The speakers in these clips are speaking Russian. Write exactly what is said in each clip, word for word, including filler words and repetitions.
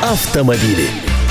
Автомобили.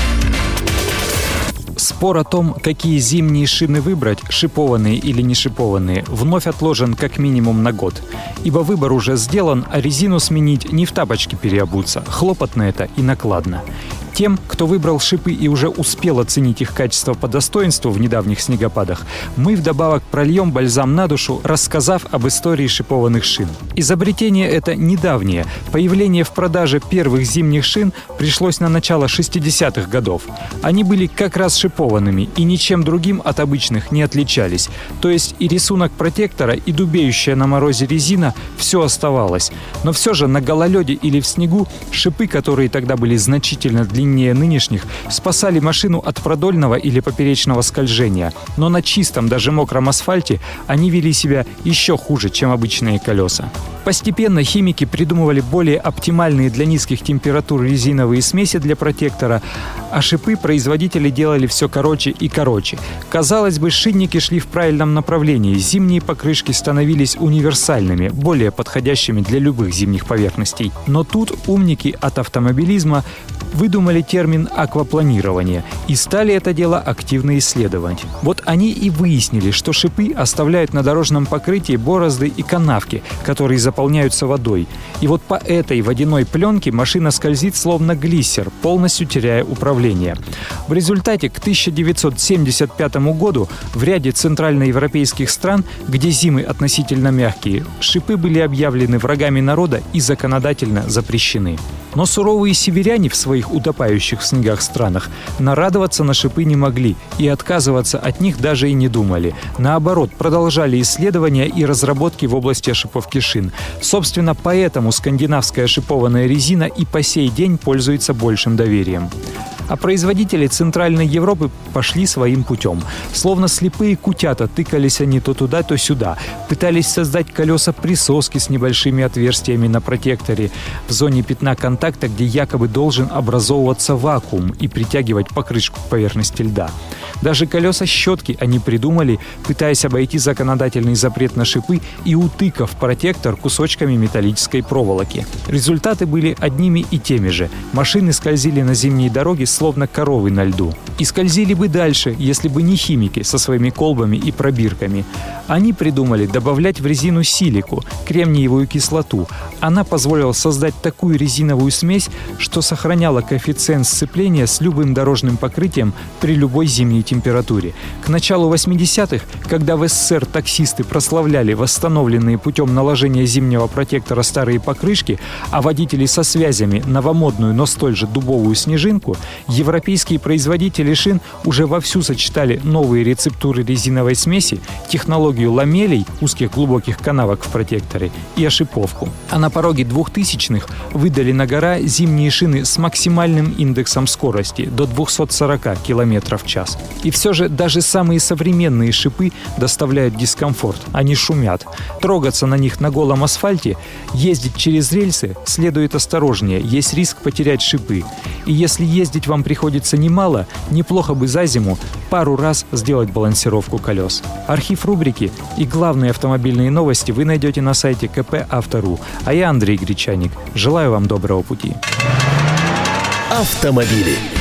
Спор о том, какие зимние шины выбрать, шипованные или не шипованные, вновь отложен как минимум на год. Ибо выбор уже сделан, а резину сменить не в тапочки переобуться. Хлопотно это и накладно. Тем, кто выбрал шипы и уже успел оценить их качество по достоинству в недавних снегопадах, мы вдобавок прольем бальзам на душу, рассказав об истории шипованных шин. Изобретение это недавнее. Появление в продаже первых зимних шин пришлось на начало шестидесятых годов. Они были как раз шипованными и ничем другим от обычных не отличались. То есть и рисунок протектора, и дубеющая на морозе резина – все оставалось. Но все же на гололеде или в снегу шипы, которые тогда были значительно длиннее, нынешних, спасали машину от продольного или поперечного скольжения. Но на чистом, даже мокром асфальте они вели себя еще хуже, чем обычные колеса. Постепенно химики придумывали более оптимальные для низких температур резиновые смеси для протектора, а шипы производители делали все короче и короче. Казалось бы, шинники шли в правильном направлении. Зимние покрышки становились универсальными, более подходящими для любых зимних поверхностей. Но тут умники от автомобилизма выдумали термин «аквапланирование» и стали это дело активно исследовать. Вот они и выяснили, что шипы оставляют на дорожном покрытии борозды и канавки, которые заполняются водой. И вот по этой водяной пленке машина скользит словно глиссер, полностью теряя управление. В результате к тысяча девятьсот семьдесят пятому году в ряде центральноевропейских стран, где зимы относительно мягкие, шипы были объявлены врагами народа и законодательно запрещены. Но суровые северяне в своих утопающих в снегах странах нарадоваться на шипы не могли и отказываться от них даже и не думали. Наоборот, продолжали исследования и разработки в области ошиповки шин. Собственно, поэтому скандинавская шипованная резина и по сей день пользуется большим доверием. А производители Центральной Европы пошли своим путем. Словно слепые кутята тыкались они то туда, то сюда. Пытались создать колеса-присоски с небольшими отверстиями на протекторе в зоне пятна контакта, где якобы должен образовываться вакуум и притягивать покрышку к поверхности льда. Даже колеса-щетки они придумали, пытаясь обойти законодательный запрет на шипы и утыкав протектор кусочками металлической проволоки. Результаты были одними и теми же. Машины скользили на зимние дороги словно коровы на льду. И скользили бы дальше, если бы не химики со своими колбами и пробирками. Они придумали добавлять в резину силику, кремниевую кислоту. Она позволила создать такую резиновую смесь, что сохраняла коэффициент сцепления с любым дорожным покрытием при любой зимней температуре. К началу восьмидесятых, когда в СССР таксисты прославляли восстановленные путем наложения зимнего протектора старые покрышки, а водители со связями новомодную, но столь же дубовую снежинку, европейские производители шин уже вовсю сочетали новые рецептуры резиновой смеси, технологию ламелей, узких глубоких канавок в протекторе, и ошиповку. А на пороге двухтысячных выдали на гора зимние шины с максимальным индексом скорости до двухсот сорока километров в час. И все же даже самые современные шипы доставляют дискомфорт, они шумят. Трогаться на них на голом асфальте, ездить через рельсы следует осторожнее, есть риск потерять шипы. И если ездить вам приходится немало, неплохо бы за зиму пару раз сделать балансировку колес. Архив рубрики и главные автомобильные новости вы найдете на сайте ка пэ авто точка ру. А я Андрей Гречаник. Желаю вам доброго пути. Автомобили.